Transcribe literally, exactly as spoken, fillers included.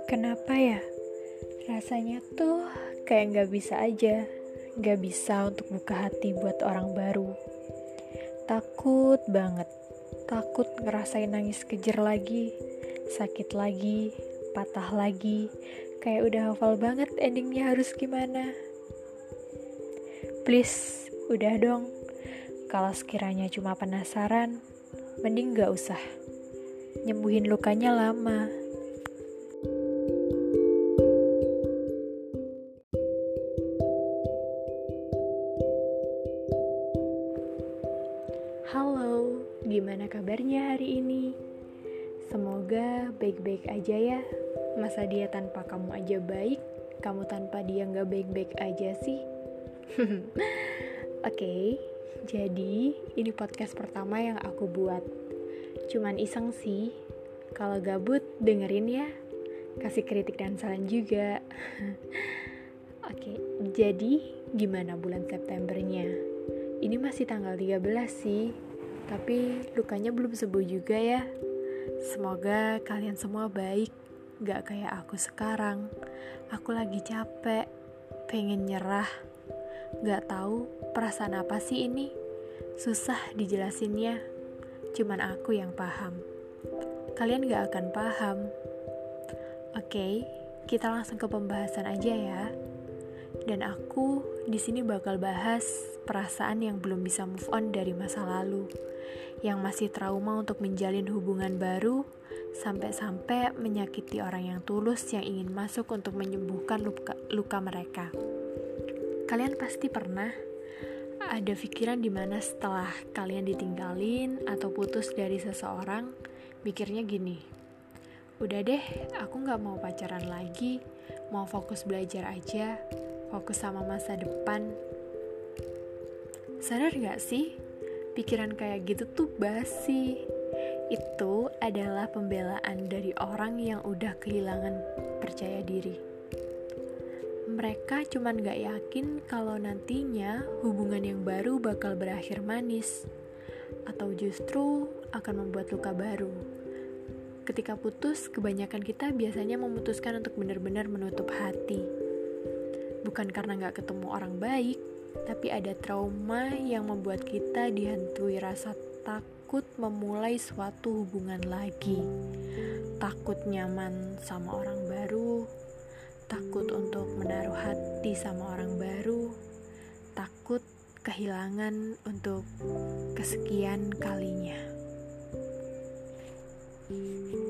Kenapa ya? Rasanya tuh kayak gak bisa aja. Gak bisa untuk buka hati buat orang baru. Takut banget. Takut ngerasain nangis kejer lagi, sakit lagi, patah lagi. Kayak udah hafal banget endingnya harus gimana. Please, udah dong. Kalau sekiranya cuma penasaran, mending gak usah. Nyembuhin lukanya lama. Halo, gimana kabarnya hari ini? Semoga baik-baik aja ya. Masa dia tanpa kamu aja baik, kamu tanpa dia gak baik-baik aja sih? Oke, okay, jadi ini podcast pertama yang aku buat. Cuman iseng sih. Kalau gabut dengerin ya. Kasih kritik dan saran juga. Oke, okay, jadi gimana bulan Septembernya? Ini masih tanggal tiga belas sih, tapi lukanya belum sembuh juga ya. Semoga kalian semua baik, gak kayak aku sekarang. Aku lagi capek, pengen nyerah. Gak tahu perasaan apa sih ini. Susah dijelasinnya, cuman aku yang paham. Kalian gak akan paham. Oke, kita langsung ke pembahasan aja ya. Dan aku di sini bakal bahas perasaan yang belum bisa move on dari masa lalu, yang masih trauma untuk menjalin hubungan baru, sampai-sampai menyakiti orang yang tulus yang ingin masuk untuk menyembuhkan luka, luka mereka. Kalian pasti pernah ada pikiran dimana setelah kalian ditinggalin atau putus dari seseorang, mikirnya gini, udah deh, aku gak mau pacaran lagi, mau fokus belajar aja, fokus sama masa depan. Sadar gak sih? Pikiran kayak gitu tuh basi. Itu adalah pembelaan dari orang yang udah kehilangan percaya diri. Mereka cuman gak yakin kalau nantinya hubungan yang baru bakal berakhir manis, atau justru akan membuat luka baru. Ketika putus, kebanyakan kita biasanya memutuskan untuk benar-benar menutup hati. Bukan karena gak ketemu orang baik, tapi ada trauma yang membuat kita dihantui rasa takut memulai suatu hubungan lagi. Takut nyaman sama orang baru, takut untuk menaruh hati sama orang baru, takut kehilangan untuk kesekian kalinya.